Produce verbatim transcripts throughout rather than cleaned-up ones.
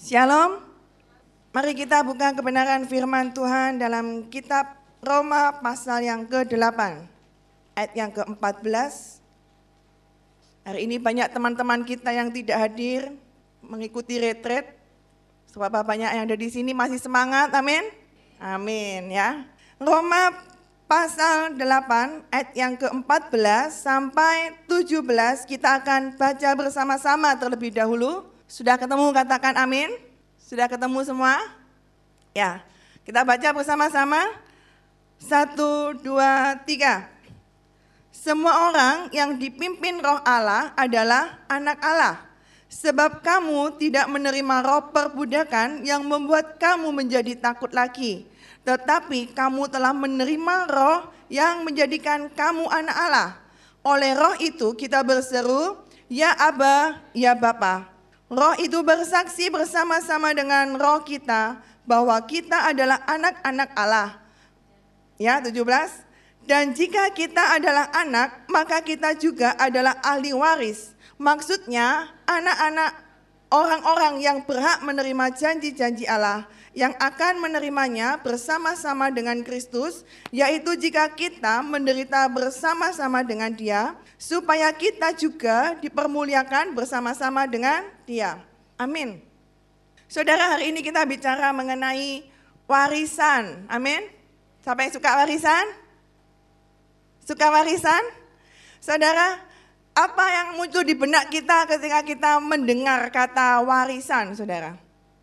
Shalom, mari kita buka kebenaran firman Tuhan dalam kitab Roma pasal yang kedelapan, ayat yang keempat belas. Hari ini banyak teman-teman kita yang tidak hadir mengikuti retret, sebab banyak yang ada di sini masih semangat, amin? Amin ya. Roma pasal delapan ayat yang keempat belas sampai tujuh belas kita akan baca bersama-sama terlebih dahulu. Sudah ketemu, katakan amin? Sudah ketemu semua? Ya, kita baca bersama-sama. Satu, dua, tiga. Semua orang yang dipimpin roh Allah adalah anak Allah. Sebab kamu tidak menerima roh perbudakan yang membuat kamu menjadi takut lagi. Tetapi kamu telah menerima roh yang menjadikan kamu anak Allah. Oleh roh itu kita berseru, ya Aba, ya Bapa. Roh itu bersaksi bersama-sama dengan roh kita bahwa kita adalah anak-anak Allah. Ya, tujuh belas. Dan jika kita adalah anak, maka kita juga adalah ahli waris. Maksudnya anak-anak orang-orang yang berhak menerima janji-janji Allah, yang akan menerimanya bersama-sama dengan Kristus, yaitu jika kita menderita bersama-sama dengan Dia, supaya kita juga dipermuliakan bersama-sama dengan Dia. Amin. Saudara, hari ini kita bicara mengenai warisan. Amin. Siapa yang suka warisan? Suka warisan? Saudara, apa yang muncul di benak kita ketika kita mendengar kata warisan, saudara?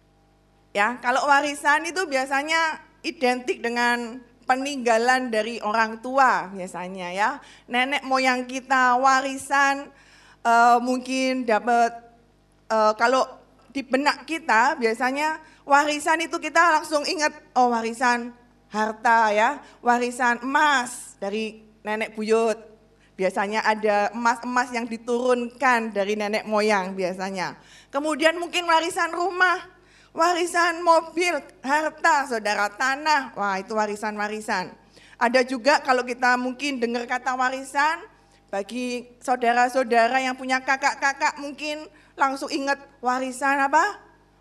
Ya, kalau warisan itu biasanya identik dengan peninggalan dari orang tua biasanya ya. Nenek moyang kita warisan uh, mungkin dapat, uh, kalau di benak kita biasanya warisan itu kita langsung ingat, oh warisan harta ya, warisan emas dari nenek buyut. Biasanya ada emas-emas yang diturunkan dari nenek moyang biasanya. Kemudian mungkin warisan rumah, warisan mobil, harta, saudara, tanah. Wah, itu warisan-warisan. Ada juga kalau kita mungkin dengar kata warisan, bagi saudara-saudara yang punya kakak-kakak mungkin langsung ingat warisan apa?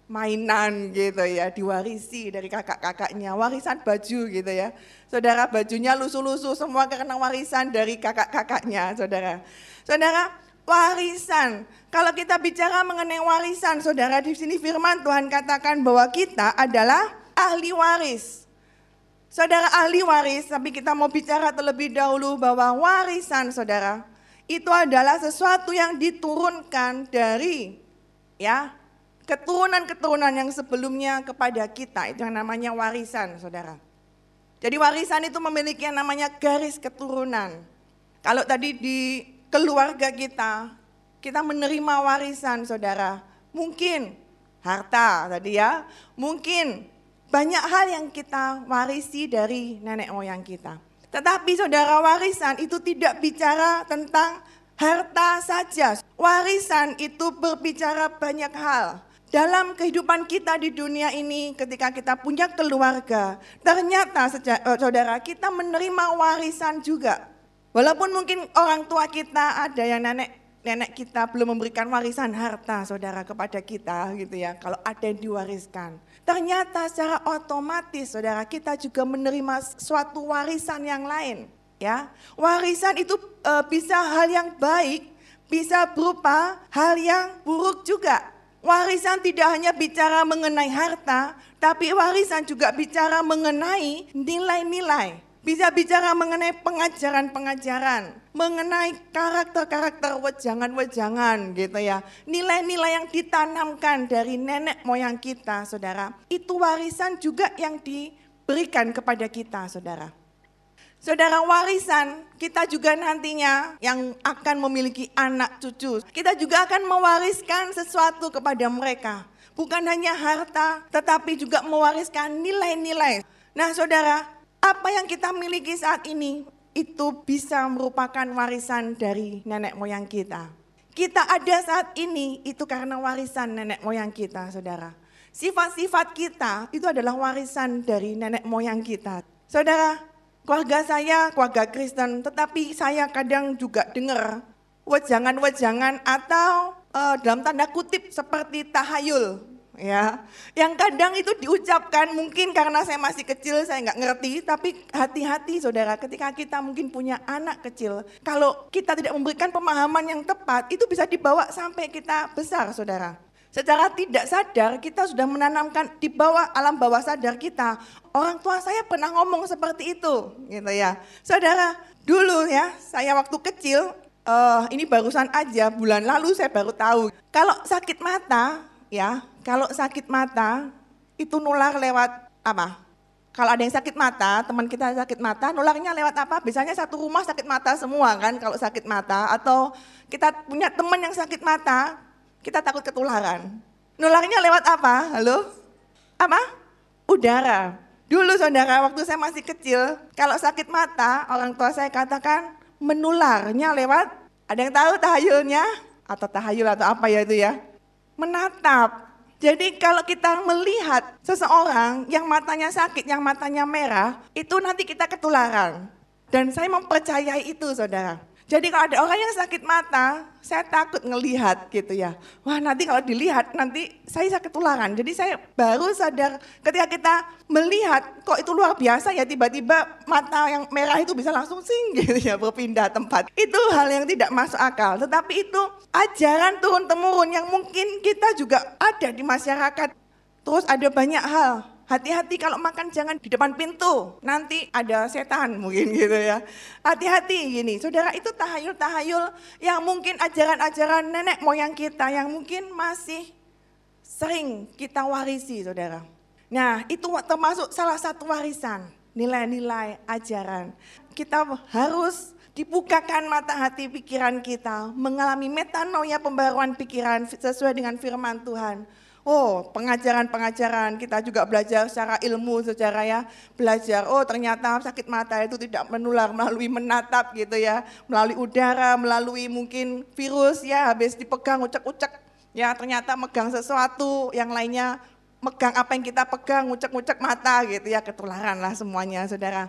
Mainan gitu ya, diwarisi dari kakak-kakaknya, warisan baju gitu ya. Saudara, bajunya lusuh-lusuh semua karena warisan dari kakak-kakaknya, saudara. Saudara, warisan. Kalau kita bicara mengenai warisan, saudara, di sini firman Tuhan katakan bahwa kita adalah ahli waris. Saudara, ahli waris, tapi kita mau bicara terlebih dahulu bahwa warisan, saudara, itu adalah sesuatu yang diturunkan dari ya keturunan-keturunan yang sebelumnya kepada kita. Itu yang namanya warisan, saudara. Jadi warisan itu memiliki yang namanya garis keturunan. Kalau tadi di keluarga kita, kita menerima warisan, saudara. Mungkin harta tadi ya, mungkin banyak hal yang kita warisi dari nenek moyang kita. Tetapi saudara, warisan itu tidak bicara tentang harta saja. Warisan itu berbicara banyak hal. Dalam kehidupan kita di dunia ini, ketika kita punya keluarga, ternyata saudara, kita menerima warisan juga. Walaupun mungkin orang tua kita ada yang nenek nenek kita belum memberikan warisan harta, saudara, kepada kita gitu ya. Kalau ada yang diwariskan, ternyata secara otomatis, saudara, kita juga menerima suatu warisan yang lain. Ya, warisan itu e, bisa hal yang baik, bisa berupa hal yang buruk juga. Warisan tidak hanya bicara mengenai harta, tapi warisan juga bicara mengenai nilai-nilai. Bisa bicara mengenai pengajaran-pengajaran, mengenai karakter-karakter wejangan-wejangan gitu ya. Nilai-nilai yang ditanamkan dari nenek moyang kita, saudara. Itu warisan juga yang diberikan kepada kita, saudara. Saudara, warisan kita juga nantinya yang akan memiliki anak cucu. Kita juga akan mewariskan sesuatu kepada mereka. Bukan hanya harta, tetapi juga mewariskan nilai-nilai. Nah saudara, apa yang kita miliki saat ini itu bisa merupakan warisan dari nenek moyang kita. Kita ada saat ini itu karena warisan nenek moyang kita, saudara. Sifat-sifat kita itu adalah warisan dari nenek moyang kita. Saudara, keluarga saya keluarga Kristen, tetapi saya kadang juga dengar wejangan-wejangan atau uh, dalam tanda kutip seperti tahayul. ya. Yang kadang itu diucapkan mungkin karena saya masih kecil, saya nggak ngerti, tapi hati-hati saudara ketika kita mungkin punya anak kecil. Kalau kita tidak memberikan pemahaman yang tepat, itu bisa dibawa sampai kita besar saudara. Secara tidak sadar kita sudah menanamkan di bawah alam bawah sadar kita. Orang tua saya pernah ngomong seperti itu gitu ya. Saudara, dulu ya saya waktu kecil, uh, ini barusan aja bulan lalu saya baru tahu. Kalau sakit mata ya, kalau sakit mata itu nular lewat apa? Kalau ada yang sakit mata, teman kita sakit mata, nularnya lewat apa? Biasanya satu rumah sakit mata semua kan kalau sakit mata. Atau kita punya teman yang sakit mata, kita takut ketularan. Nularnya lewat apa? Halo? Apa? Udara. Dulu saudara, waktu saya masih kecil, kalau sakit mata, orang tua saya katakan menularnya lewat, ada yang tahu tahayulnya? Atau tahayul atau apa ya itu ya? Menatap. Jadi kalau kita melihat seseorang yang matanya sakit, yang matanya merah, itu nanti kita ketularan. Dan saya mempercayai itu saudara. Jadi kalau ada orang yang sakit mata, saya takut ngelihat gitu ya. Wah nanti kalau dilihat, nanti saya sakit ketularan. Jadi saya baru sadar ketika kita melihat, kok itu luar biasa ya tiba-tiba mata yang merah itu bisa langsung sing gitu ya, berpindah tempat. Itu hal yang tidak masuk akal, tetapi itu ajaran turun-temurun yang mungkin kita juga ada di masyarakat. Terus ada banyak hal. Hati-hati kalau makan jangan di depan pintu, nanti ada setan mungkin gitu ya. Hati-hati gini, saudara itu tahayul-tahayul yang mungkin ajaran-ajaran nenek moyang kita yang mungkin masih sering kita warisi saudara. Nah itu termasuk salah satu warisan, nilai-nilai ajaran. Kita harus dibukakan mata hati pikiran kita, mengalami metanoia pembaruan pikiran sesuai dengan firman Tuhan. Oh, pengajaran-pengajaran kita juga belajar secara ilmu, secara ya belajar. Oh, ternyata sakit mata itu tidak menular melalui menatap gitu ya, melalui udara, melalui mungkin virus ya, habis dipegang ucek-ucek ya, ternyata megang sesuatu, yang lainnya megang apa yang kita pegang, ucek-ucek mata gitu ya, ketularan lah semuanya, saudara.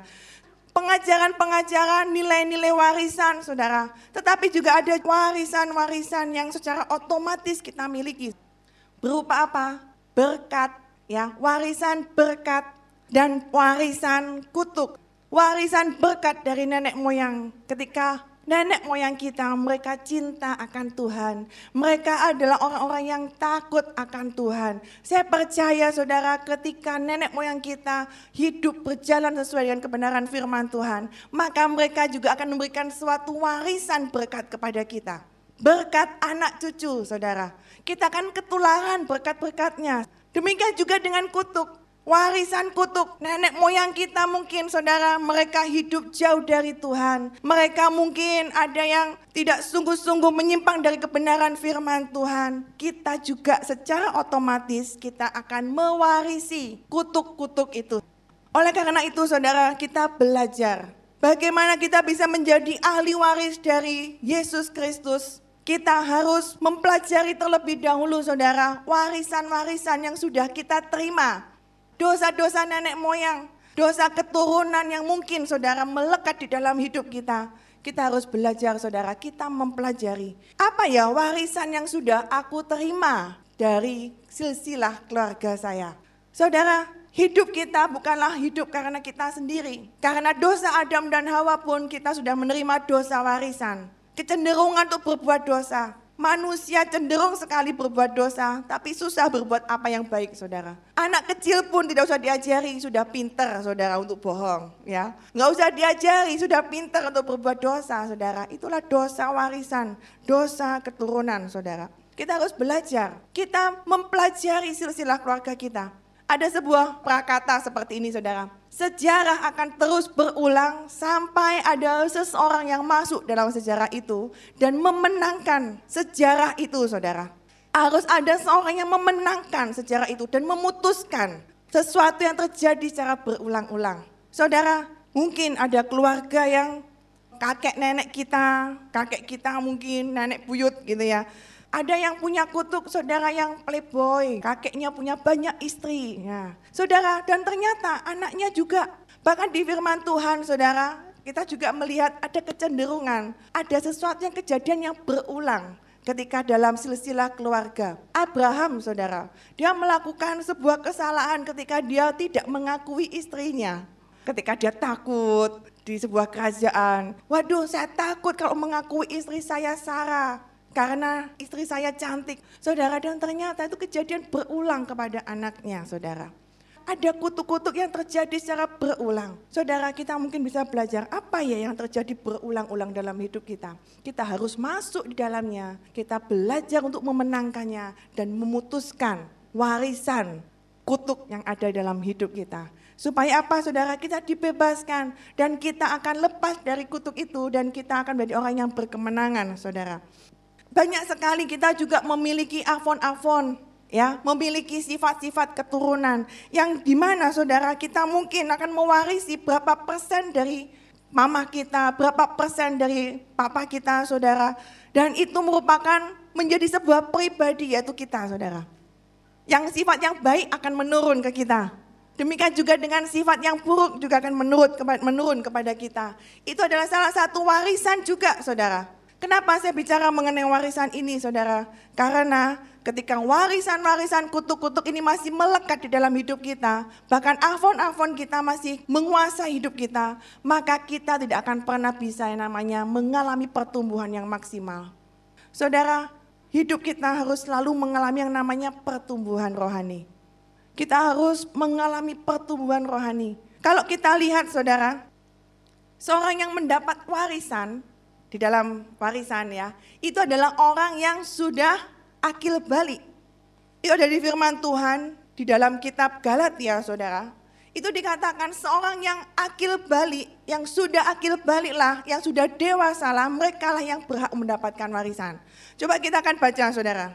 Pengajaran-pengajaran, nilai-nilai warisan, saudara. Tetapi juga ada warisan-warisan yang secara otomatis kita miliki. Berupa apa? Berkat, ya, warisan berkat dan warisan kutuk. Warisan berkat dari nenek moyang. Ketika nenek moyang kita, mereka cinta akan Tuhan. Mereka adalah orang-orang yang takut akan Tuhan. Saya percaya saudara, ketika nenek moyang kita hidup berjalan sesuai dengan kebenaran firman Tuhan, maka mereka juga akan memberikan suatu warisan berkat kepada kita. Berkat anak cucu saudara. Kita akan ketularan berkat-berkatnya. Demikian juga dengan kutuk. Warisan kutuk. Nenek moyang kita mungkin saudara, mereka hidup jauh dari Tuhan. Mereka mungkin ada yang tidak sungguh-sungguh menyimpang dari kebenaran firman Tuhan. Kita juga secara otomatis kita akan mewarisi kutuk-kutuk itu. Oleh karena itu saudara, kita belajar bagaimana kita bisa menjadi ahli waris dari Yesus Kristus. Kita harus mempelajari terlebih dahulu saudara, warisan-warisan yang sudah kita terima. Dosa-dosa nenek moyang, dosa keturunan yang mungkin saudara melekat di dalam hidup kita. Kita harus belajar saudara, kita mempelajari. Apa ya warisan yang sudah aku terima dari silsilah keluarga saya. Saudara, hidup kita bukanlah hidup karena kita sendiri. Karena dosa Adam dan Hawa pun kita sudah menerima dosa warisan. Kecenderungan untuk berbuat dosa. Manusia cenderung sekali berbuat dosa, tapi susah berbuat apa yang baik saudara. Anak kecil pun tidak usah diajari, sudah pintar saudara untuk bohong. Ya, nggak usah diajari, sudah pintar untuk berbuat dosa saudara. Itulah dosa warisan, dosa keturunan saudara. Kita harus belajar, kita mempelajari silsilah keluarga kita. Ada sebuah prakata seperti ini saudara. Sejarah akan terus berulang sampai ada seseorang yang masuk dalam sejarah itu dan memenangkan sejarah itu saudara. Harus ada seorang yang memenangkan sejarah itu dan memutuskan sesuatu yang terjadi secara berulang-ulang. Saudara, mungkin ada keluarga yang kakek nenek kita, kakek kita mungkin nenek buyut gitu ya. Ada yang punya kutuk saudara yang playboy, kakeknya punya banyak istri. Ya. Saudara, dan ternyata anaknya juga, bahkan di firman Tuhan saudara, kita juga melihat ada kecenderungan, ada sesuatu yang kejadian yang berulang. ketika dalam silsilah keluarga. Abraham, saudara, dia melakukan sebuah kesalahan ketika dia tidak mengakui istrinya. Ketika dia takut di sebuah kerajaan. Waduh, saya takut kalau mengakui istri saya Sarah. Karena istri saya cantik. Saudara, dan ternyata itu kejadian berulang kepada anaknya, saudara. Ada kutuk-kutuk yang terjadi secara berulang. Saudara, kita mungkin bisa belajar apa ya yang terjadi berulang-ulang dalam hidup kita. Kita harus masuk di dalamnya. Kita belajar untuk memenangkannya dan memutuskan warisan kutuk yang ada dalam hidup kita. Supaya apa, saudara? Kita dibebaskan dan kita akan lepas dari kutuk itu dan kita akan menjadi orang yang berkemenangan, saudara. Banyak sekali kita juga memiliki afon-afon, ya, memiliki sifat-sifat keturunan yang dimana, saudara, kita mungkin akan mewarisi berapa persen dari mama kita, berapa persen dari papa kita, saudara. Dan itu merupakan menjadi sebuah pribadi, yaitu kita, saudara. Yang sifat yang baik akan menurun ke kita. Demikian juga dengan sifat yang buruk juga akan menurun, menurun kepada kita. Itu adalah salah satu warisan juga, saudara. Kenapa saya bicara mengenai warisan ini, saudara? Karena ketika warisan-warisan kutuk-kutuk ini masih melekat di dalam hidup kita, bahkan afon-afon kita masih menguasai hidup kita, maka kita tidak akan pernah bisa yang namanya mengalami pertumbuhan yang maksimal. Saudara, hidup kita harus selalu mengalami yang namanya pertumbuhan rohani. Kita harus mengalami pertumbuhan rohani. Kalau kita lihat, saudara, seorang yang mendapat warisan, di dalam warisan ya, itu adalah orang yang sudah akil balik. Itu ada di firman Tuhan di dalam kitab Galatia, saudara. Itu dikatakan seorang yang akil balik, yang sudah akil baliklah, yang sudah dewasalah, mereka lah yang berhak mendapatkan warisan. Coba kita akan baca, saudara.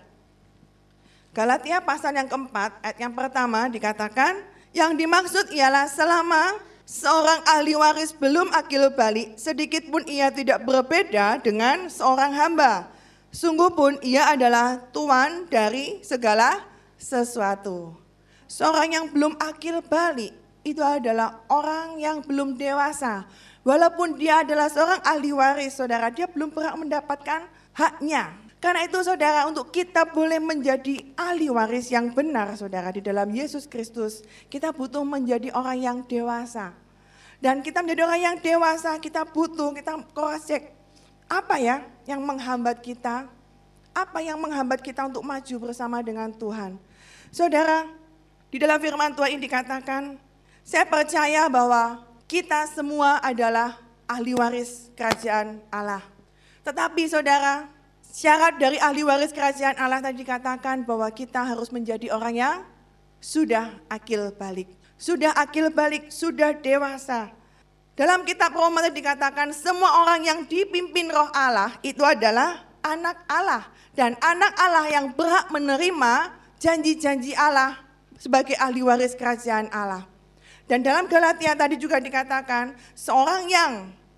Galatia pasal yang keempat, ayat yang pertama dikatakan, yang dimaksud ialah selama seorang ahli waris belum akil balik, sedikit pun ia tidak berbeda dengan seorang hamba. Sungguh pun ia adalah tuan dari segala sesuatu. Seorang yang belum akil balik itu adalah orang yang belum dewasa. Walaupun dia adalah seorang ahli waris, saudara, dia belum pernah mendapatkan haknya. Karena itu, saudara, untuk kita boleh menjadi ahli waris yang benar, saudara, di dalam Yesus Kristus, kita butuh menjadi orang yang dewasa. Dan kita menjadi orang yang dewasa, kita butuh, kita cross check. Apa ya yang menghambat kita? Apa yang menghambat kita untuk maju bersama dengan Tuhan? Saudara, di dalam firman Tuhan ini dikatakan, saya percaya bahwa kita semua adalah ahli waris kerajaan Allah. Tetapi, saudara, syarat dari ahli waris kerajaan Allah tadi dikatakan bahwa kita harus menjadi orang yang sudah akil balik. Sudah akil balik, sudah dewasa. Dalam kitab Roma dikatakan semua orang yang dipimpin roh Allah itu adalah anak Allah. Dan anak Allah yang berhak menerima janji-janji Allah sebagai ahli waris kerajaan Allah. Dan dalam Galatia tadi juga dikatakan seorang yang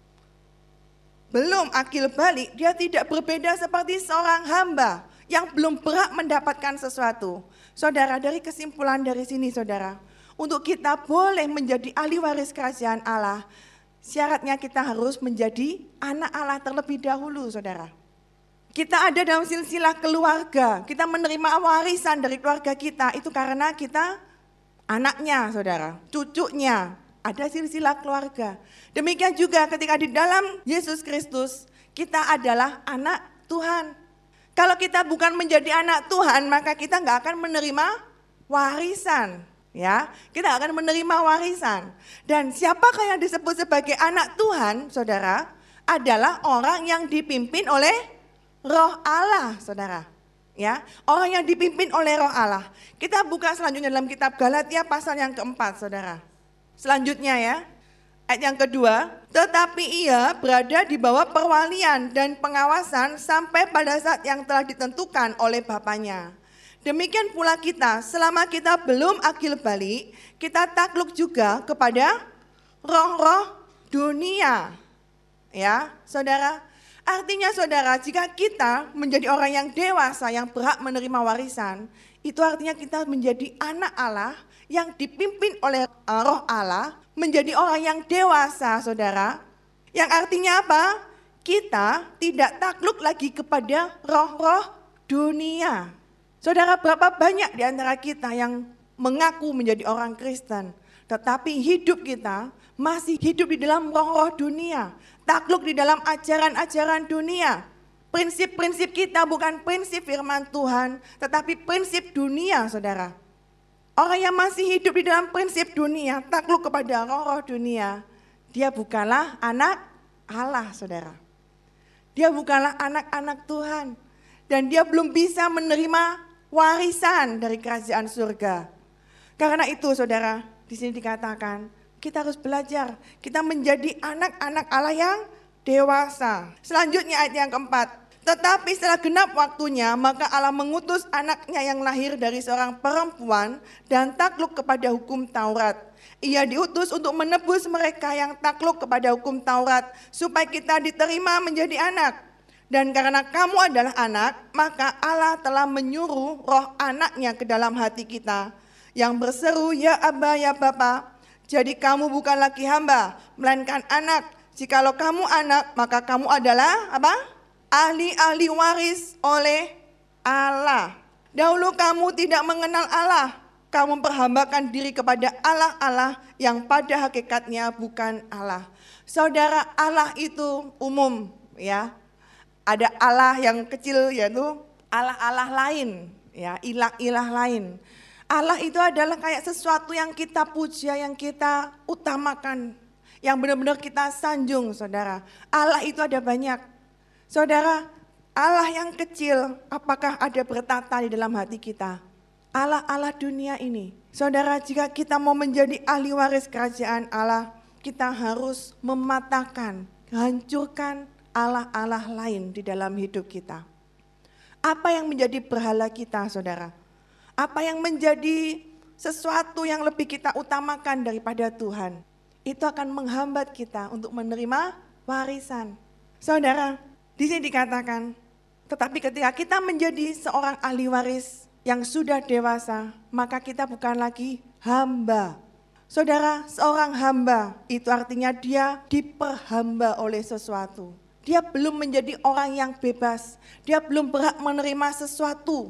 belum akil balik, dia tidak berbeda seperti seorang hamba yang belum berhak mendapatkan sesuatu. Saudara, dari kesimpulan dari sini, saudara, untuk kita boleh menjadi ahli waris kerajaan Allah, syaratnya kita harus menjadi anak Allah terlebih dahulu, saudara. Kita ada dalam silsilah keluarga, kita menerima warisan dari keluarga kita, itu karena kita anaknya, saudara, cucunya, ada silsilah keluarga. Demikian juga ketika di dalam Yesus Kristus, kita adalah anak Tuhan. Kalau kita bukan menjadi anak Tuhan, maka kita nggak akan menerima warisan. Ya, kita akan menerima warisan. Dan siapakah yang disebut sebagai anak Tuhan, saudara? Adalah orang yang dipimpin oleh Roh Allah, saudara. Ya, orang yang dipimpin oleh Roh Allah. Kita buka selanjutnya dalam kitab Galatia pasal yang keempat, saudara. Selanjutnya ya, ayat yang kedua. Tetapi ia berada di bawah perwalian dan pengawasan sampai pada saat yang telah ditentukan oleh Bapaknya. Demikian pula kita, selama kita belum akil balik, kita takluk juga kepada roh-roh dunia. Ya, saudara. Artinya, saudara, jika kita menjadi orang yang dewasa, yang berhak menerima warisan, itu artinya kita menjadi anak Allah yang dipimpin oleh roh Allah, menjadi orang yang dewasa, saudara. Yang artinya apa? kita tidak takluk lagi kepada roh-roh dunia. Saudara, berapa banyak di antara kita yang mengaku menjadi orang Kristen, tetapi hidup kita masih hidup di dalam roh-roh dunia, takluk di dalam ajaran-ajaran dunia. Prinsip-prinsip kita bukan prinsip firman Tuhan, tetapi prinsip dunia, saudara. Orang yang masih hidup di dalam prinsip dunia, takluk kepada roh-roh dunia, dia bukanlah anak Allah, saudara. Dia bukanlah anak-anak Tuhan. Dan dia belum bisa menerima warisan dari kerajaan surga. Karena itu, saudara, di sini dikatakan, kita harus belajar, kita menjadi anak-anak Allah yang dewasa. Selanjutnya ayat yang keempat. Tetapi setelah genap waktunya, maka Allah mengutus anaknya yang lahir dari seorang perempuan dan takluk kepada hukum Taurat. Ia diutus untuk menebus mereka yang takluk kepada hukum Taurat, supaya kita diterima menjadi anak. Dan karena kamu adalah anak, maka Allah telah menyuruh roh anaknya ke dalam hati kita, yang berseru, ya Aba, ya Bapa. Jadi kamu bukan lagi hamba, melainkan anak. Jikalau kamu anak, maka kamu adalah apa? Ahli-ahli waris oleh Allah. Dahulu kamu tidak mengenal Allah. Kamu memperhambakan diri kepada Allah-Allah yang pada hakikatnya bukan Allah. Saudara, Allah itu umum, ya. Ada Allah yang kecil, yaitu Allah-Allah lain, ya, ilah-ilah lain. Allah itu adalah kayak sesuatu yang kita puja, yang kita utamakan, yang benar-benar kita sanjung, saudara. Allah itu ada banyak. Saudara, Allah yang kecil, apakah ada bertata di dalam hati kita? Allah-Allah dunia ini. Saudara, jika kita mau menjadi ahli waris kerajaan Allah, kita harus mematahkan, hancurkan Allah-Allah lain di dalam hidup kita. Apa yang menjadi berhala kita, saudara? Apa yang menjadi sesuatu yang lebih kita utamakan daripada Tuhan? Itu akan menghambat kita untuk menerima warisan. Saudara, di sini dikatakan, tetapi ketika kita menjadi seorang ahli waris yang sudah dewasa, maka kita bukan lagi hamba. Saudara, seorang hamba itu artinya dia diperhamba oleh sesuatu. Dia belum menjadi orang yang bebas. Dia belum berhak menerima sesuatu.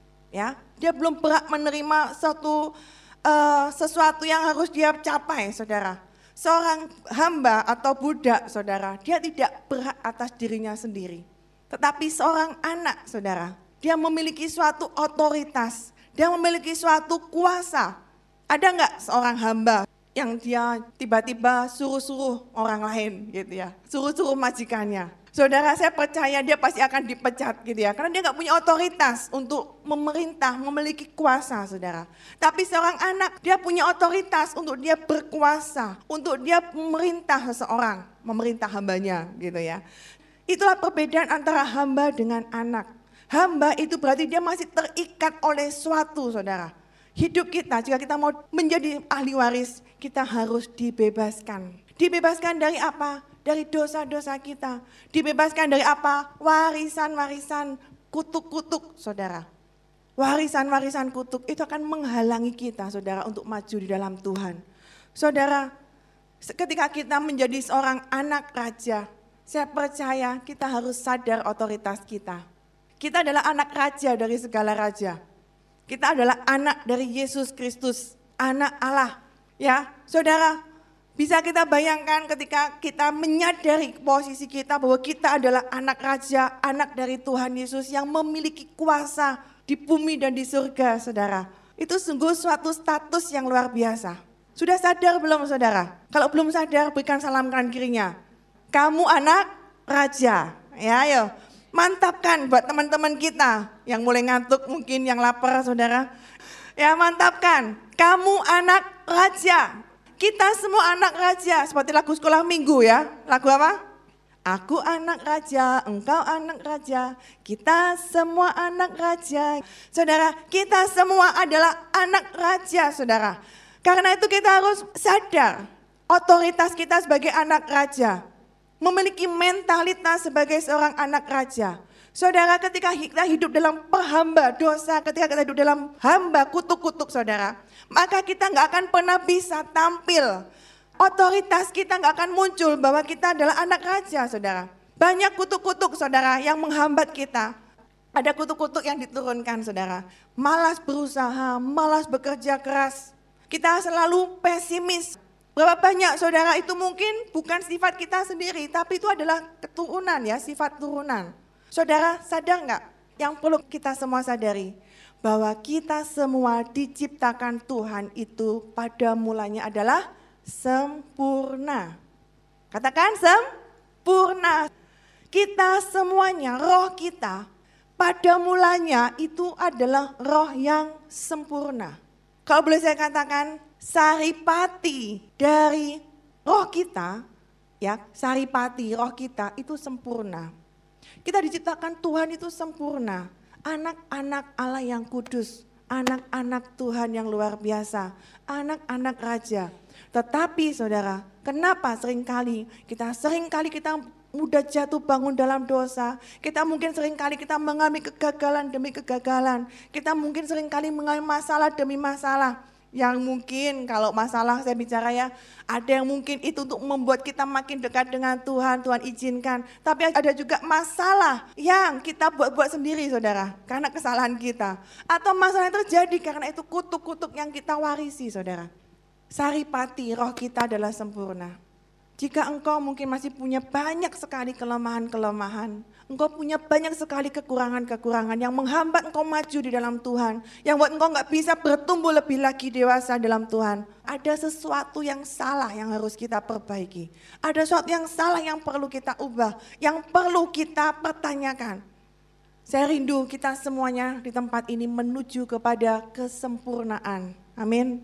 Ya, dia belum berhak menerima suatu uh, sesuatu yang harus dia capai, saudara. Seorang hamba atau budak, saudara, dia tidak berhak atas dirinya sendiri. Tetapi seorang anak, saudara, dia memiliki suatu otoritas, dia memiliki suatu kuasa. Ada enggak seorang hamba yang dia tiba-tiba suruh-suruh orang lain gitu ya, suruh-suruh majikannya? Saudara, saya percaya dia pasti akan dipecat gitu ya, karena dia enggak punya otoritas untuk memerintah, memiliki kuasa, saudara. Tapi seorang anak, dia punya otoritas untuk dia berkuasa, untuk dia memerintah seseorang, memerintah hambanya gitu ya. Itulah perbedaan antara hamba dengan anak. Hamba itu berarti dia masih terikat oleh suatu, saudara. Hidup kita, jika kita mau menjadi ahli waris, kita harus dibebaskan. Dibebaskan dari apa? Dari dosa-dosa kita. Dibebaskan dari apa? Warisan-warisan kutuk-kutuk, saudara. Warisan-warisan kutuk itu akan menghalangi kita, saudara, untuk maju di dalam Tuhan. Saudara, ketika kita menjadi seorang anak raja, saya percaya kita harus sadar otoritas kita. Kita adalah anak raja dari segala raja. Kita adalah anak dari Yesus Kristus, anak Allah. Ya, saudara, bisa kita bayangkan ketika kita menyadari posisi kita bahwa kita adalah anak raja, anak dari Tuhan Yesus yang memiliki kuasa di bumi dan di surga, saudara. Itu sungguh suatu status yang luar biasa. Sudah sadar belum, saudara? Kalau belum sadar, berikan salam kanan kirinya. Kamu anak raja, ya ayo. Mantapkan buat teman-teman kita yang mulai ngantuk mungkin, yang lapar, saudara. Ya, mantapkan, kamu anak raja. Kita semua anak raja, seperti lagu sekolah minggu ya. Lagu apa? Aku anak raja, engkau anak raja, kita semua anak raja. Saudara, kita semua adalah anak raja, saudara. Karena itu kita harus sadar otoritas kita sebagai anak raja. Memiliki mentalitas sebagai seorang anak raja. Saudara, ketika kita hidup dalam perhamba dosa, ketika kita hidup dalam hamba kutuk-kutuk, saudara, maka kita nggak akan pernah bisa tampil. Otoritas kita nggak akan muncul bahwa kita adalah anak raja, saudara. Banyak kutuk-kutuk saudara yang menghambat kita. Ada kutuk-kutuk yang diturunkan saudara. Malas berusaha, malas bekerja keras. Kita selalu pesimis. Berapa banyak saudara itu mungkin bukan sifat kita sendiri, tapi itu adalah keturunan ya, sifat turunan. Saudara sadar nggak? Yang perlu kita semua sadari, bahwa kita semua diciptakan Tuhan itu pada mulanya adalah sempurna. Katakan sempurna. Kita semuanya, roh kita pada mulanya itu adalah roh yang sempurna. Kalau boleh saya katakan, saripati dari roh kita, ya, saripati roh kita itu sempurna. Kita diciptakan Tuhan itu sempurna. Anak-anak Allah yang kudus, anak-anak Tuhan yang luar biasa, anak-anak raja. Tetapi saudara, kenapa seringkali kita seringkali kita mudah jatuh bangun dalam dosa. Kita mungkin seringkali kita mengalami kegagalan demi kegagalan. Kita mungkin seringkali mengalami masalah demi masalah. Yang mungkin kalau masalah saya bicara ya, ada yang mungkin itu untuk membuat kita makin dekat dengan Tuhan, Tuhan izinkan. Tapi ada juga masalah yang kita buat-buat sendiri saudara, karena kesalahan kita. Atau masalah yang terjadi karena itu kutuk-kutuk yang kita warisi saudara. Saripati roh kita adalah sempurna. Jika engkau mungkin masih punya banyak sekali kelemahan-kelemahan, engkau punya banyak sekali kekurangan-kekurangan yang menghambat engkau maju di dalam Tuhan, yang buat engkau gak bisa bertumbuh lebih lagi dewasa dalam Tuhan. Ada sesuatu yang salah yang harus kita perbaiki. Ada sesuatu yang salah yang perlu kita ubah, yang perlu kita pertanyakan. Saya rindu kita semuanya di tempat ini menuju kepada kesempurnaan. Amin.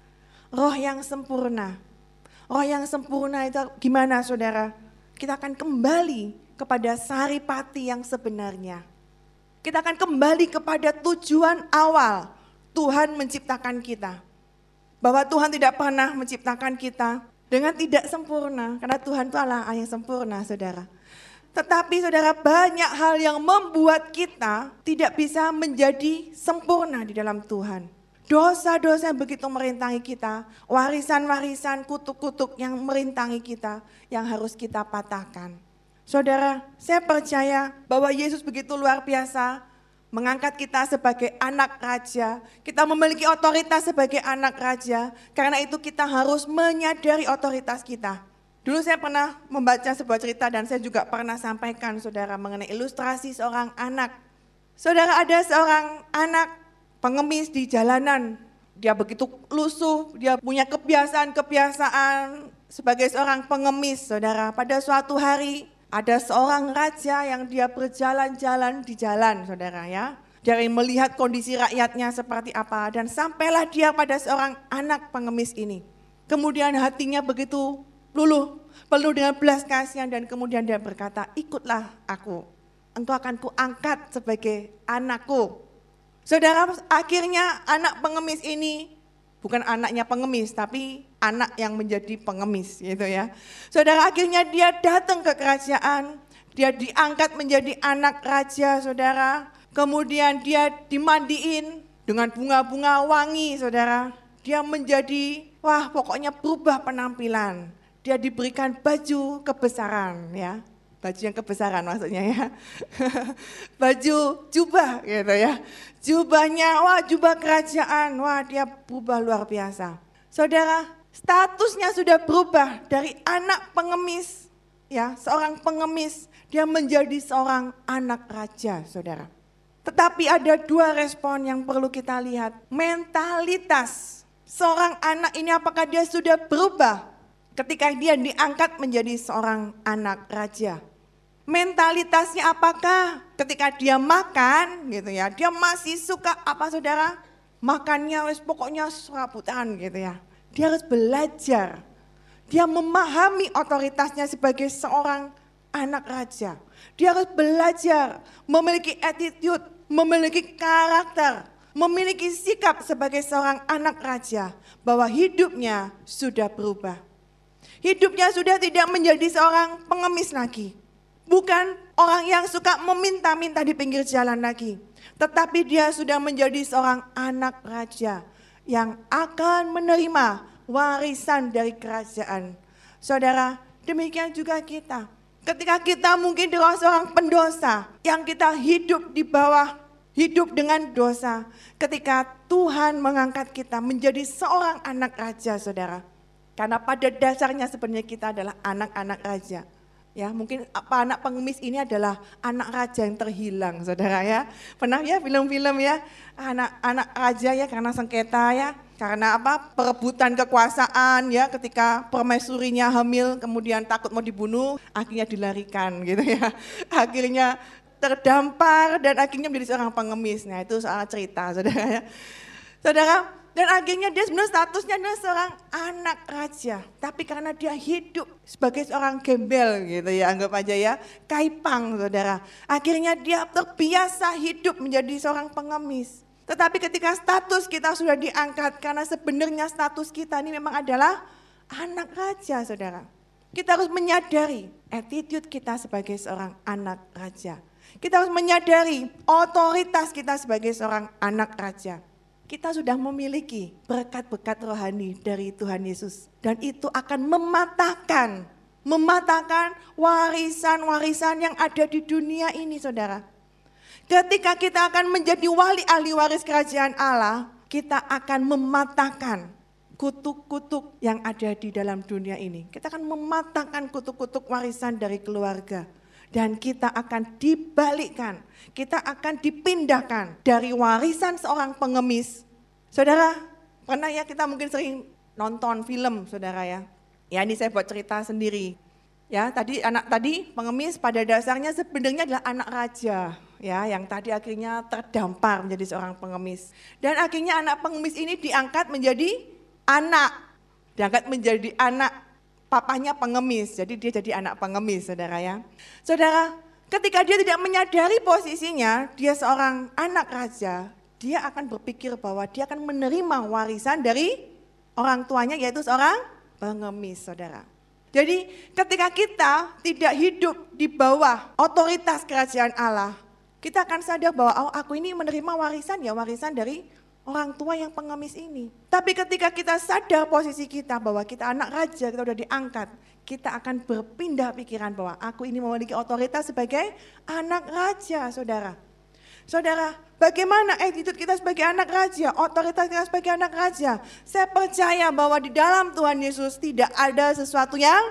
Roh yang sempurna. Roh yang sempurna itu gimana saudara? Kita akan kembali kepada saripati yang sebenarnya. Kita akan kembali kepada tujuan awal Tuhan menciptakan kita. Bahwa Tuhan tidak pernah menciptakan kita dengan tidak sempurna. Karena Tuhan itu Allah yang sempurna saudara. Tetapi saudara, banyak hal yang membuat kita tidak bisa menjadi sempurna di dalam Tuhan. Dosa-dosa yang begitu merintangi kita, warisan-warisan, kutuk-kutuk yang merintangi kita, yang harus kita patahkan. Saudara, saya percaya bahwa Yesus begitu luar biasa, mengangkat kita sebagai anak raja. Kita memiliki otoritas sebagai anak raja, karena itu kita harus menyadari otoritas kita. Dulu saya pernah membaca sebuah cerita dan saya juga pernah sampaikan saudara mengenai ilustrasi seorang anak. Saudara, ada seorang anak pengemis di jalanan, dia begitu lusuh, dia punya kebiasaan-kebiasaan sebagai seorang pengemis, saudara. Pada suatu hari ada seorang raja yang dia berjalan-jalan di jalan, saudara ya. Dia melihat kondisi rakyatnya seperti apa dan sampailah dia pada seorang anak pengemis ini. Kemudian hatinya begitu luluh, penuh dengan belas kasihan dan kemudian dia berkata, ikutlah aku, engkau akan kuangkat sebagai anakku. Saudara, akhirnya anak pengemis ini bukan anaknya pengemis, tapi anak yang menjadi pengemis gitu ya. Saudara, akhirnya dia datang ke kerajaan, dia diangkat menjadi anak raja saudara. Kemudian dia dimandiin dengan bunga-bunga wangi saudara. Dia menjadi, wah pokoknya berubah penampilan. Dia diberikan baju kebesaran ya. Baju yang kebesaran maksudnya ya. Baju jubah gitu ya. Jubahnya, wah jubah kerajaan, wah dia berubah luar biasa. Saudara, statusnya sudah berubah dari anak pengemis, ya seorang pengemis, dia menjadi seorang anak raja saudara. Tetapi ada dua respon yang perlu kita lihat. Mentalitas seorang anak ini apakah dia sudah berubah ketika dia diangkat menjadi seorang anak raja. Mentalitasnya apakah ketika dia makan gitu ya, dia masih suka apa saudara? Makannya wes pokoknya serabutan gitu ya. Dia harus belajar, dia memahami otoritasnya sebagai seorang anak raja. Dia harus belajar memiliki attitude, memiliki karakter, memiliki sikap sebagai seorang anak raja. Bahwa hidupnya sudah berubah. Hidupnya sudah tidak menjadi seorang pengemis lagi. Bukan orang yang suka meminta-minta di pinggir jalan lagi. Tetapi dia sudah menjadi seorang anak raja yang akan menerima warisan dari kerajaan. Saudara, demikian juga kita. Ketika kita mungkin adalah seorang pendosa, yang kita hidup di bawah, hidup dengan dosa. Ketika Tuhan mengangkat kita menjadi seorang anak raja, saudara. Karena pada dasarnya sebenarnya kita adalah anak-anak raja. Ya, mungkin apa anak pengemis ini adalah anak raja yang terhilang, saudara ya. Pernah ya film-film ya, anak-anak raja ya karena sengketa ya. Karena apa? Perebutan kekuasaan ya, ketika permaisurinya hamil kemudian takut mau dibunuh, akhirnya dilarikan gitu ya. Akhirnya terdampar dan akhirnya menjadi seorang pengemis. Nah itu soal cerita, saudara ya. Saudara, dan akhirnya dia sebenarnya statusnya adalah seorang anak raja. Tapi karena dia hidup sebagai seorang gembel gitu ya, anggap aja ya, kaipang saudara. Akhirnya dia terbiasa hidup menjadi seorang pengemis. Tetapi ketika status kita sudah diangkat, karena sebenarnya status kita ini memang adalah anak raja saudara. Kita harus menyadari attitude kita sebagai seorang anak raja. Kita harus menyadari otoritas kita sebagai seorang anak raja. Kita sudah memiliki berkat-berkat rohani dari Tuhan Yesus. Dan itu akan mematahkan, mematahkan warisan-warisan yang ada di dunia ini saudara. Ketika kita akan menjadi wali ahli waris kerajaan Allah, kita akan mematahkan kutuk-kutuk yang ada di dalam dunia ini. Kita akan mematahkan kutuk-kutuk warisan dari keluarga. Dan kita akan dibalikkan, kita akan dipindahkan dari warisan seorang pengemis. Saudara, pernah ya kita mungkin sering nonton film saudara ya. Ya ini saya buat cerita sendiri. Ya tadi anak tadi pengemis pada dasarnya sebenarnya adalah anak raja. Ya yang tadi akhirnya terdampar menjadi seorang pengemis. Dan akhirnya anak pengemis ini diangkat menjadi anak. Diangkat menjadi anak. Papanya pengemis, jadi dia jadi anak pengemis saudara ya. Saudara, ketika dia tidak menyadari posisinya, dia seorang anak raja, dia akan berpikir bahwa dia akan menerima warisan dari orang tuanya yaitu seorang pengemis saudara. Jadi ketika kita tidak hidup di bawah otoritas kerajaan Allah, kita akan sadar bahwa oh, aku ini menerima warisan ya warisan dari orang tua yang pengemis ini. Tapi ketika kita sadar posisi kita bahwa kita anak raja, kita sudah diangkat. Kita akan berpindah pikiran bahwa aku ini memiliki otoritas sebagai anak raja, saudara. Saudara, bagaimana attitude kita sebagai anak raja, otoritas kita sebagai anak raja? Saya percaya bahwa di dalam Tuhan Yesus tidak ada sesuatu yang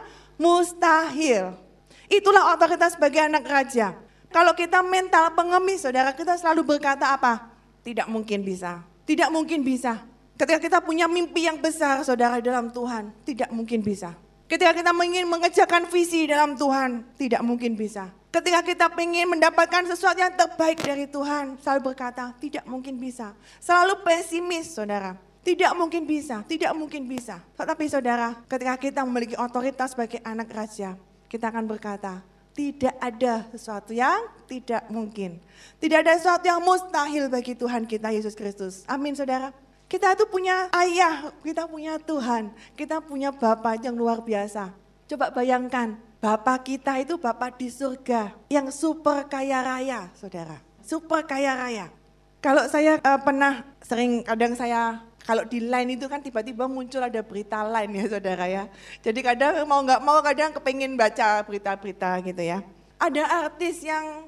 mustahil. Itulah otoritas sebagai anak raja. Kalau kita mental pengemis, saudara, kita selalu berkata apa? Tidak mungkin bisa. Tidak mungkin bisa. Ketika kita punya mimpi yang besar saudara dalam Tuhan, tidak mungkin bisa. Ketika kita ingin mengerjakan visi dalam Tuhan, tidak mungkin bisa. Ketika kita ingin mendapatkan sesuatu yang terbaik dari Tuhan, selalu berkata tidak mungkin bisa. Selalu pesimis saudara, tidak mungkin bisa, tidak mungkin bisa. Tetapi saudara, ketika kita memiliki otoritas sebagai anak raja, kita akan berkata, tidak ada sesuatu yang tidak mungkin. Tidak ada sesuatu yang mustahil bagi Tuhan kita Yesus Kristus. Amin saudara. Kita itu punya ayah, kita punya Tuhan. Kita punya Bapa yang luar biasa. Coba bayangkan, Bapa kita itu Bapa di surga yang super kaya raya saudara. Super kaya raya. Kalau saya uh, pernah sering kadang saya kalau di line itu kan tiba-tiba muncul ada berita line ya saudara ya. Jadi kadang mau nggak mau kadang kepengen baca berita-berita gitu ya. Ada artis yang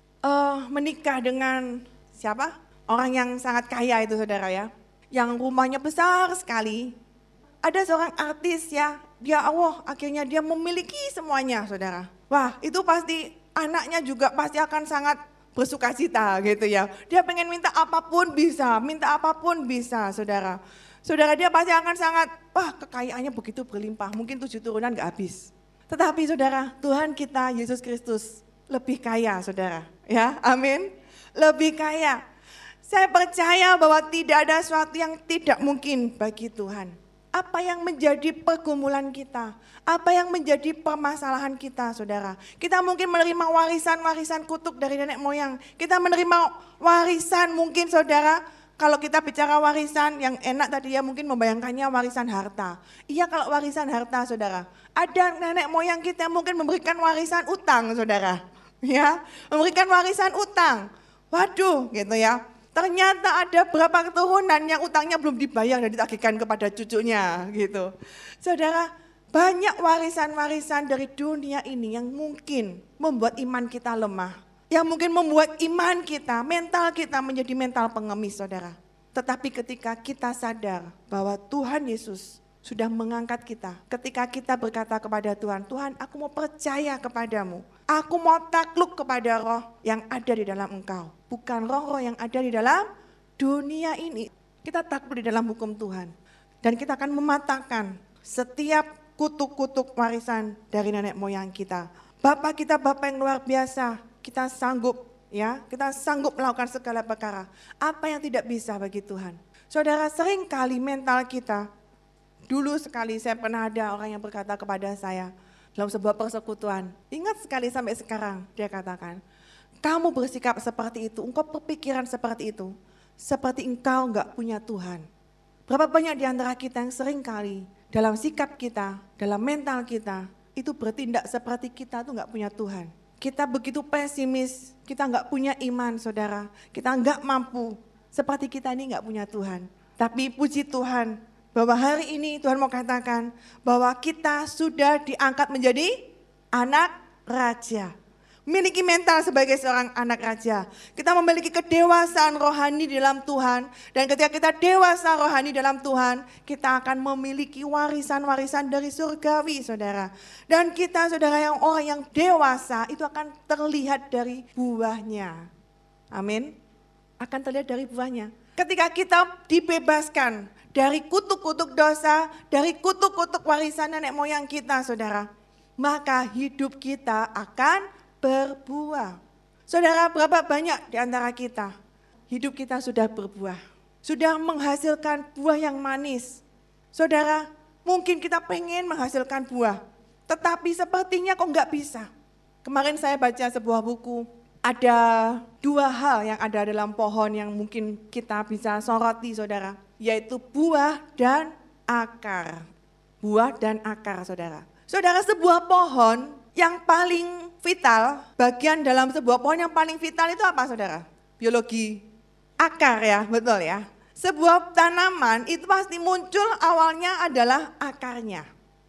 uh, menikah dengan siapa? Orang yang sangat kaya itu saudara ya. Yang rumahnya besar sekali. Ada seorang artis ya, dia Allah akhirnya dia memiliki semuanya saudara. Wah itu pasti anaknya juga pasti akan sangat bersuka cita gitu ya. Dia pengen minta apapun bisa, minta apapun bisa saudara. Saudara dia pasti akan sangat, wah kekayaannya begitu berlimpah, mungkin tujuh turunan gak habis. Tetapi saudara, Tuhan kita Yesus Kristus lebih kaya saudara. Ya amin, lebih kaya. Saya percaya bahwa tidak ada sesuatu yang tidak mungkin bagi Tuhan. Apa yang menjadi pergumulan kita, apa yang menjadi permasalahan kita saudara. Kita mungkin menerima warisan-warisan kutuk dari nenek moyang. Kita menerima warisan mungkin saudara, kalau kita bicara warisan yang enak tadi ya mungkin membayangkannya warisan harta. Iya kalau warisan harta saudara, ada nenek moyang kita mungkin memberikan warisan utang saudara. Ya, memberikan warisan utang. Waduh gitu ya. Ternyata ada berapa keturunan yang utangnya belum dibayar dan ditagihkan kepada cucunya gitu. Saudara, Banyak warisan-warisan dari dunia ini yang mungkin membuat iman kita lemah. Yang mungkin membuat iman kita, mental kita menjadi mental pengemis, saudara. Tetapi ketika kita sadar bahwa Tuhan Yesus sudah mengangkat kita. Ketika kita berkata kepada Tuhan, Tuhan aku mau percaya kepadamu. Aku mau takluk kepada roh yang ada di dalam engkau. Bukan roh-roh yang ada di dalam dunia ini. Kita takluk di dalam hukum Tuhan. Dan kita akan mematahkan setiap kutuk-kutuk warisan dari nenek moyang kita. Bapak kita Bapak yang luar biasa, kita sanggup ya, kita sanggup melakukan segala perkara. Apa yang tidak bisa bagi Tuhan? Saudara, sering kali mental kita, dulu sekali saya pernah ada orang yang berkata kepada saya dalam sebuah persekutuan, ingat sekali sampai sekarang dia katakan, kamu bersikap seperti itu, engkau berpikiran seperti itu, seperti engkau enggak punya Tuhan. Berapa banyak di antara kita yang sering kali dalam sikap kita, dalam mental kita, itu bertindak seperti kita tuh nggak punya Tuhan. Kita begitu pesimis, kita nggak punya iman saudara, kita nggak mampu, seperti kita ini nggak punya Tuhan. Tapi puji Tuhan, bahwa hari ini Tuhan mau katakan bahwa kita sudah diangkat menjadi anak raja. Memiliki mental sebagai seorang anak raja. Kita memiliki kedewasaan rohani dalam Tuhan. Dan ketika kita dewasa rohani dalam Tuhan, kita akan memiliki warisan-warisan dari surgawi, saudara. Dan kita, saudara, yang orang yang dewasa itu akan terlihat dari buahnya. Amin. Akan terlihat dari buahnya. Ketika kita dibebaskan dari kutuk-kutuk dosa, dari kutuk-kutuk warisan nenek moyang kita, saudara, maka hidup kita akan berbuah. Saudara, berapa banyak di antara kita hidup kita sudah berbuah, sudah menghasilkan buah yang manis. Saudara, mungkin kita pengen menghasilkan buah, tetapi sepertinya kok nggak bisa. Kemarin saya baca sebuah buku, ada dua hal yang ada dalam pohon yang mungkin kita bisa soroti, saudara, yaitu buah dan akar. Buah dan akar, saudara. Saudara, sebuah pohon yang paling vital, bagian dalam sebuah pohon yang paling vital itu apa, saudara? Biologi akar ya, betul ya. Sebuah tanaman itu pasti muncul awalnya adalah akarnya.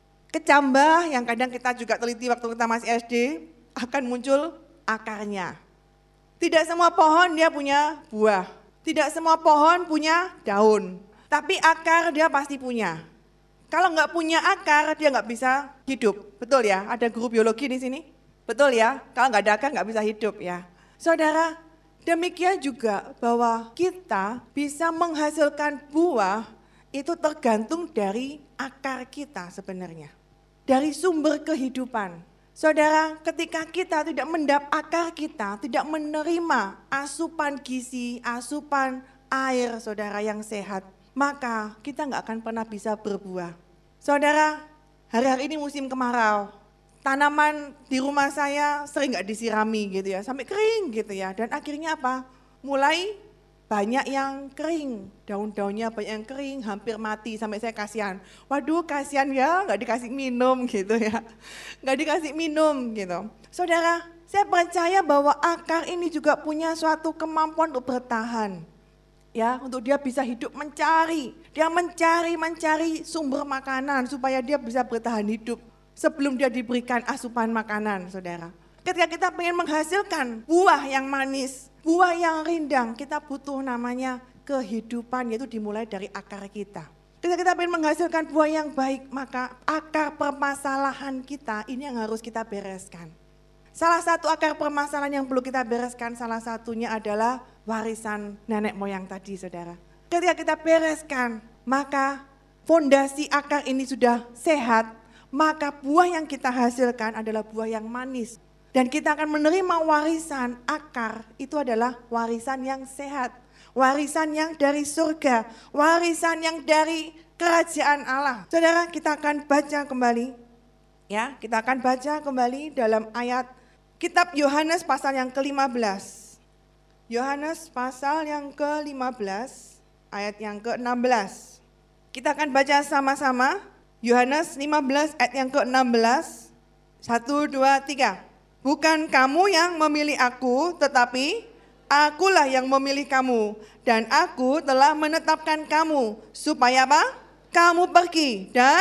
Kecambah yang kadang kita juga teliti waktu kita masih S D, akan muncul akarnya. Tidak semua pohon dia punya buah, tidak semua pohon punya daun, tapi akar dia pasti punya. Kalau nggak punya akar, dia nggak bisa hidup. Betul ya? Ada guru biologi di sini? Betul ya? Kalau nggak ada akar nggak bisa hidup ya. Saudara, demikian juga bahwa kita bisa menghasilkan buah itu tergantung dari akar kita sebenarnya. Dari sumber kehidupan. Saudara, ketika kita tidak mendapat akar kita, tidak menerima asupan gizi, asupan air, saudara, yang sehat, maka kita nggak akan pernah bisa berbuah. Saudara, hari-hari ini musim kemarau, tanaman di rumah saya sering nggak disirami gitu ya, sampai kering gitu ya. Dan akhirnya apa? Mulai banyak yang kering, daun-daunnya banyak yang kering, hampir mati sampai saya kasihan. Waduh, kasihan ya, nggak dikasih minum gitu ya, nggak dikasih minum gitu. Saudara, saya percaya bahwa akar ini juga punya suatu kemampuan untuk bertahan. Ya, untuk dia bisa hidup mencari, dia mencari mencari sumber makanan supaya dia bisa bertahan hidup sebelum dia diberikan asupan makanan, saudara. Ketika kita pengen menghasilkan buah yang manis, buah yang rindang, kita butuh namanya kehidupan, yaitu dimulai dari akar kita. Ketika kita pengen menghasilkan buah yang baik, maka akar permasalahan kita ini yang harus kita bereskan. Salah satu akar permasalahan yang perlu kita bereskan, salah satunya adalah warisan nenek moyang tadi, saudara. Ketika kita bereskan, maka fondasi akar ini sudah sehat, maka buah yang kita hasilkan adalah buah yang manis. Dan kita akan menerima warisan akar, itu adalah warisan yang sehat. Warisan yang dari surga, warisan yang dari kerajaan Allah. Saudara, kita akan baca kembali. Ya, kita akan baca kembali dalam ayat Kitab Yohanes pasal yang ke lima belas. Yohanes pasal yang ke lima belas, ayat yang ke enam belas. Kita akan baca sama-sama. Yohanes lima belas ayat yang ke enam belas. Satu, dua, tiga. Bukan kamu yang memilih aku, tetapi akulah yang memilih kamu. Dan aku telah menetapkan kamu. Supaya apa? Kamu pergi dan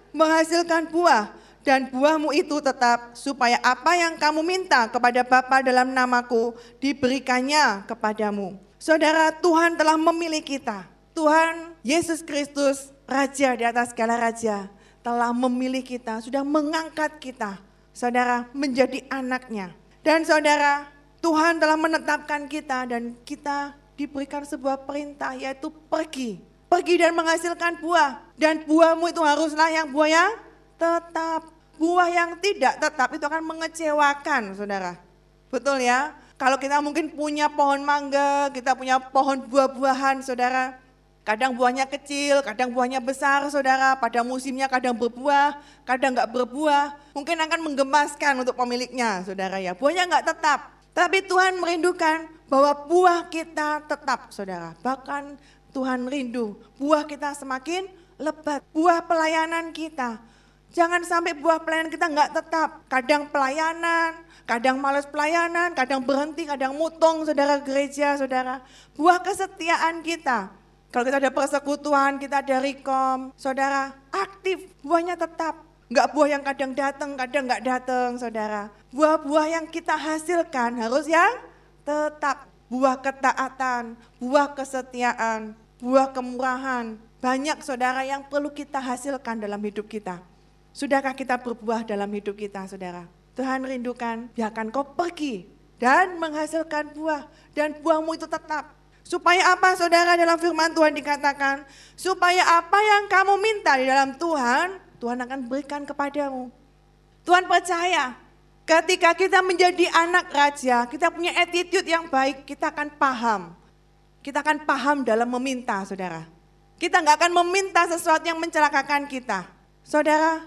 menghasilkan buah, dan buahmu itu tetap, supaya apa yang kamu minta kepada Bapa dalam namaku diberikannya kepadamu. Saudara, Tuhan telah memilih kita. Tuhan Yesus Kristus, Raja di atas segala raja, telah memilih kita, sudah mengangkat kita, saudara, menjadi anaknya. Dan saudara, Tuhan telah menetapkan kita dan kita diberikan sebuah perintah, yaitu pergi. Pergi dan menghasilkan buah. Dan buahmu itu haruslah yang buah yang tetap. Buah yang tidak tetap itu akan mengecewakan, saudara. Betul ya? Kalau kita mungkin punya pohon mangga, kita punya pohon buah-buahan, saudara. Kadang buahnya kecil, kadang buahnya besar, saudara. Pada musimnya kadang berbuah, kadang nggak berbuah. Mungkin akan menggemaskan untuk pemiliknya, saudara ya. Buahnya nggak tetap. Tapi Tuhan merindukan bahwa buah kita tetap, saudara. Bahkan Tuhan rindu buah kita semakin lebat, buah pelayanan kita. Jangan sampai buah pelayanan kita nggak tetap. Kadang pelayanan, kadang malas pelayanan, kadang berhenti, kadang mutong, saudara gereja, saudara. Buah kesetiaan kita. Kalau kita ada persekutuan, kita ada rekom, saudara, aktif, buahnya tetap. Nggak buah yang kadang datang, kadang nggak datang, saudara. Buah-buah yang kita hasilkan harus yang tetap. Buah ketaatan, buah kesetiaan, buah kemurahan. Banyak saudara yang perlu kita hasilkan dalam hidup kita. Sudahkah kita berbuah dalam hidup kita, saudara? Tuhan rindukan, biarkan kau pergi dan menghasilkan buah. Dan buahmu itu tetap. Supaya apa, saudara? Dalam firman Tuhan dikatakan, supaya apa yang kamu minta di dalam Tuhan, Tuhan akan berikan kepadamu. Tuhan percaya. Ketika kita menjadi anak raja, kita punya attitude yang baik, kita akan paham. Kita akan paham dalam meminta, saudara. Kita nggak akan meminta sesuatu yang mencelakakan kita. Saudara,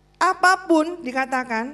apapun dikatakan,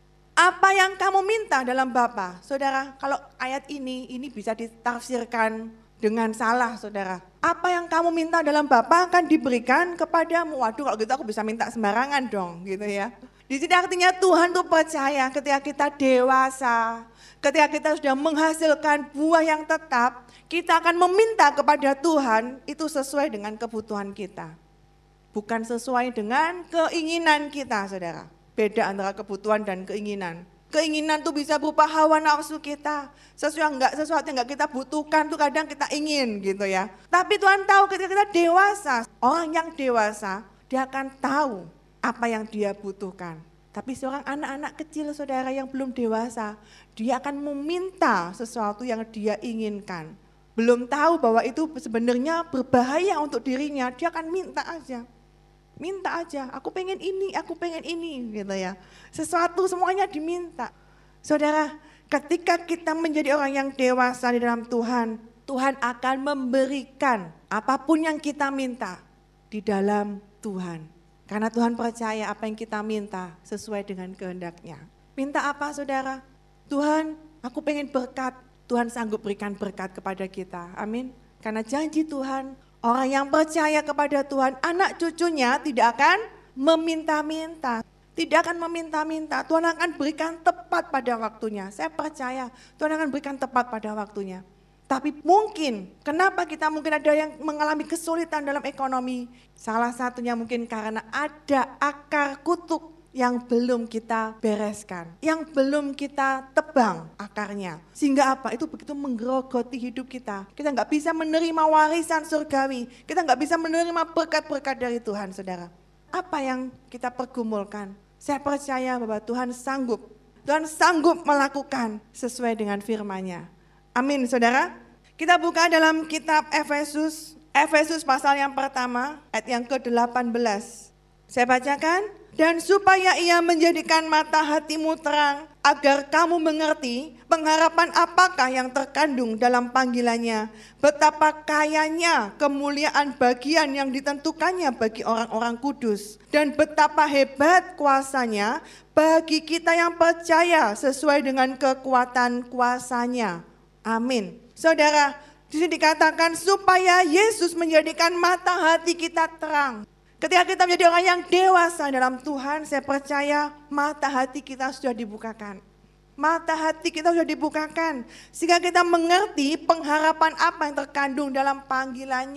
apa yang kamu minta dalam Bapa. Saudara, kalau ayat ini, ini bisa ditafsirkan dengan salah, saudara. Apa yang kamu minta dalam Bapa akan diberikan kepadamu. Waduh, kalau gitu aku bisa minta sembarangan dong, gitu ya. Di sini artinya Tuhan tuh percaya ketika kita dewasa, ketika kita sudah menghasilkan buah yang tetap, kita akan meminta kepada Tuhan itu sesuai dengan kebutuhan kita. Bukan sesuai dengan keinginan kita, saudara. Beda antara kebutuhan dan keinginan. Keinginan tuh bisa berupa hawa nafsu kita. Sesuatu enggak, sesuatu yang enggak kita butuhkan tuh kadang kita ingin gitu ya. Tapi Tuhan tahu ketika kita dewasa, orang yang dewasa dia akan tahu apa yang dia butuhkan. Tapi seorang anak-anak kecil, saudara, yang belum dewasa, dia akan meminta sesuatu yang dia inginkan. Belum tahu bahwa itu sebenarnya berbahaya untuk dirinya, dia akan minta aja. Minta aja, aku pengen ini, aku pengen ini gitu ya. Sesuatu semuanya diminta. Saudara, ketika kita menjadi orang yang dewasa di dalam Tuhan, Tuhan akan memberikan apapun yang kita minta di dalam Tuhan. Karena Tuhan percaya apa yang kita minta sesuai dengan kehendak-Nya. Minta apa, saudara? Tuhan, aku pengen berkat. Tuhan sanggup berikan berkat kepada kita. Amin. Karena janji Tuhan, orang yang percaya kepada Tuhan, anak cucunya tidak akan meminta-minta. Tidak akan meminta-minta. Tuhan akan berikan tepat pada waktunya. Saya percaya Tuhan akan berikan tepat pada waktunya. Tapi mungkin, kenapa kita mungkin ada yang mengalami kesulitan dalam ekonomi? Salah satunya mungkin karena ada akar kutuk yang belum kita bereskan. Yang belum kita tebang akarnya. Sehingga apa? Itu begitu menggerogoti hidup kita. Kita nggak bisa menerima warisan surgawi. Kita nggak bisa menerima berkat-berkat dari Tuhan, saudara. Apa yang kita pergumulkan? Saya percaya bahwa Tuhan sanggup. Tuhan sanggup melakukan sesuai dengan firman-Nya. Amin, saudara. Kita buka dalam kitab Efesus, Efesus pasal yang pertama, ayat yang ke delapan belas. Saya bacakan. Dan supaya Ia menjadikan mata hatimu terang, agar kamu mengerti pengharapan apakah yang terkandung dalam panggilannya, betapa kayanya kemuliaan bagian yang ditentukannya bagi orang-orang kudus, dan betapa hebat kuasanya bagi kita yang percaya sesuai dengan kekuatan kuasanya. Amin. Saudara, di sini dikatakan supaya Yesus menjadikan mata hati kita terang. Ketika kita menjadi orang yang dewasa dalam Tuhan, saya percaya mata hati kita sudah dibukakan. Mata hati kita sudah dibukakan. Sehingga kita mengerti pengharapan apa yang terkandung dalam panggilannya.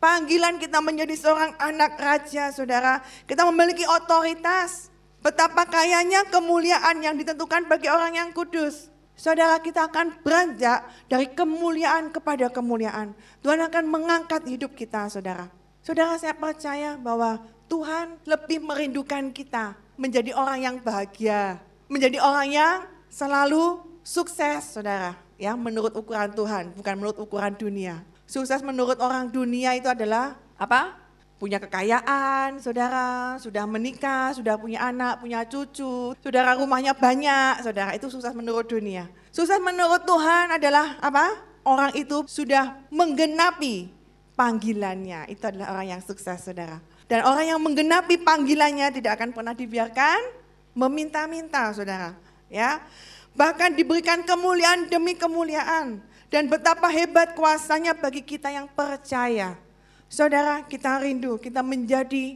Panggilan kita menjadi seorang anak raja, saudara. Kita memiliki otoritas. Betapa kayanya kemuliaan yang ditentukan bagi orang yang kudus. Saudara, kita akan beranjak dari kemuliaan kepada kemuliaan. Tuhan akan mengangkat hidup kita, saudara. Saudara, saya percaya bahwa Tuhan lebih merindukan kita menjadi orang yang bahagia. Menjadi orang yang selalu sukses, saudara. Ya, menurut ukuran Tuhan, bukan menurut ukuran dunia. Sukses menurut orang dunia itu adalah apa? Punya kekayaan, saudara, sudah menikah, sudah punya anak, punya cucu, saudara rumahnya banyak, saudara, itu sukses menurut dunia. Sukses menurut Tuhan adalah apa? Orang itu sudah menggenapi panggilannya, itu adalah orang yang sukses, saudara. Dan orang yang menggenapi panggilannya tidak akan pernah dibiarkan meminta-minta, saudara. Ya, bahkan diberikan kemuliaan demi kemuliaan. Dan betapa hebat kuasanya bagi kita yang percaya. Saudara, kita rindu, kita menjadi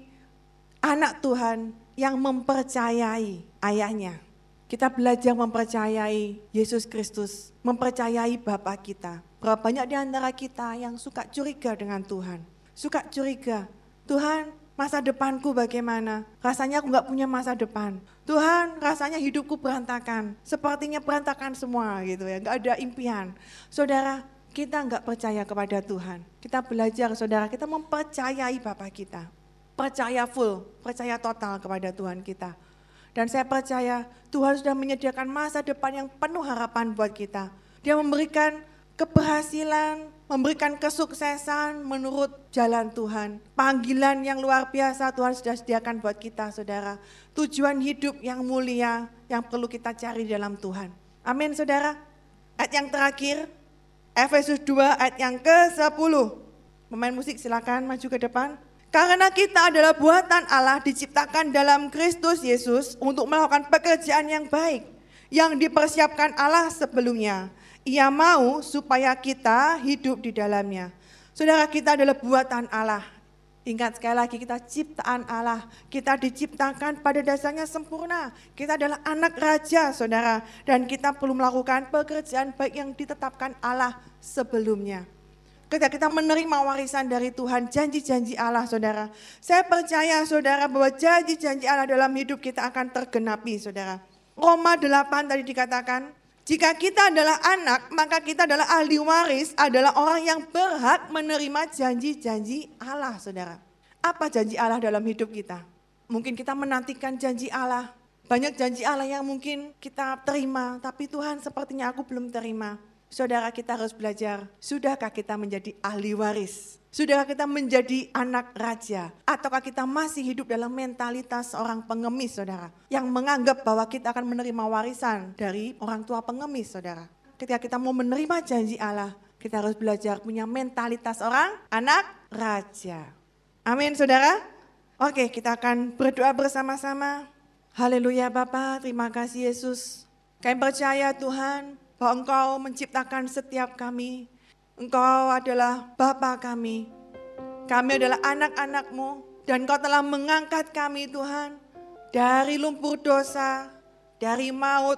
anak Tuhan yang mempercayai ayahnya. Kita belajar mempercayai Yesus Kristus, mempercayai Bapa kita. Berapa banyak di antara kita yang suka curiga dengan Tuhan. Suka curiga, Tuhan, masa depanku bagaimana? Rasanya aku gak punya masa depan. Tuhan, rasanya hidupku berantakan. Sepertinya berantakan semua gitu ya, gak ada impian. Saudara, kita gak percaya kepada Tuhan. Kita belajar, saudara, kita mempercayai Bapa kita. Percaya full, percaya total kepada Tuhan kita. Dan saya percaya Tuhan sudah menyediakan masa depan yang penuh harapan buat kita. Dia memberikan keberhasilan, memberikan kesuksesan menurut jalan Tuhan. Panggilan yang luar biasa Tuhan sudah sediakan buat kita, saudara. Tujuan hidup yang mulia yang perlu kita cari dalam Tuhan. Amin, saudara. Ayat yang terakhir, Efesus dua ayat yang ke sepuluh. Pemain musik silakan maju ke depan. Karena kita adalah buatan Allah diciptakan dalam Kristus Yesus untuk melakukan pekerjaan yang baik yang dipersiapkan Allah sebelumnya. Ia mau supaya kita hidup di dalamnya. Saudara, kita adalah buatan Allah. Ingat sekali lagi, kita ciptaan Allah. Kita diciptakan pada dasarnya sempurna. Kita adalah anak raja, saudara. Dan kita perlu melakukan pekerjaan baik yang ditetapkan Allah sebelumnya. Ketika kita menerima warisan dari Tuhan, janji-janji Allah, saudara. Saya percaya, saudara, bahwa janji-janji Allah dalam hidup kita akan tergenapi, saudara. Roma delapan tadi dikatakan, jika kita adalah anak, maka kita adalah ahli waris, adalah orang yang berhak menerima janji-janji Allah, saudara. Apa janji Allah dalam hidup kita? Mungkin kita menantikan janji Allah. Banyak janji Allah yang mungkin kita terima, tapi Tuhan sepertinya aku belum terima. Saudara, kita harus belajar, sudahkah kita menjadi ahli waris? Sudahkah kita menjadi anak raja? Ataukah kita masih hidup dalam mentalitas seorang pengemis, saudara? Yang menganggap bahwa kita akan menerima warisan dari orang tua pengemis, saudara. Ketika kita mau menerima janji Allah, kita harus belajar punya mentalitas orang anak raja. Amin, saudara. Oke, kita akan berdoa bersama-sama. Haleluya Bapa, terima kasih Yesus. Kami percaya Tuhan, bahwa Engkau menciptakan setiap kami. Engkau adalah Bapa kami. Kami adalah anak-anak-Mu. Dan Engkau telah mengangkat kami Tuhan. Dari lumpur dosa, dari maut,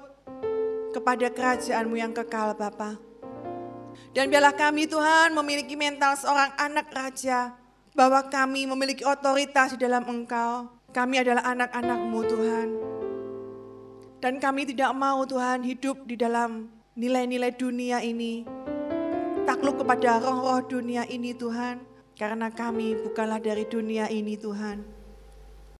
kepada kerajaan-Mu yang kekal Bapa. Dan biarlah kami Tuhan memiliki mental seorang anak raja. Bahwa kami memiliki otoritas di dalam Engkau. Kami adalah anak-anak-Mu Tuhan. Dan kami tidak mau Tuhan hidup di dalam nilai-nilai dunia ini, takluk kepada roh-roh dunia ini Tuhan, karena kami bukanlah dari dunia ini Tuhan.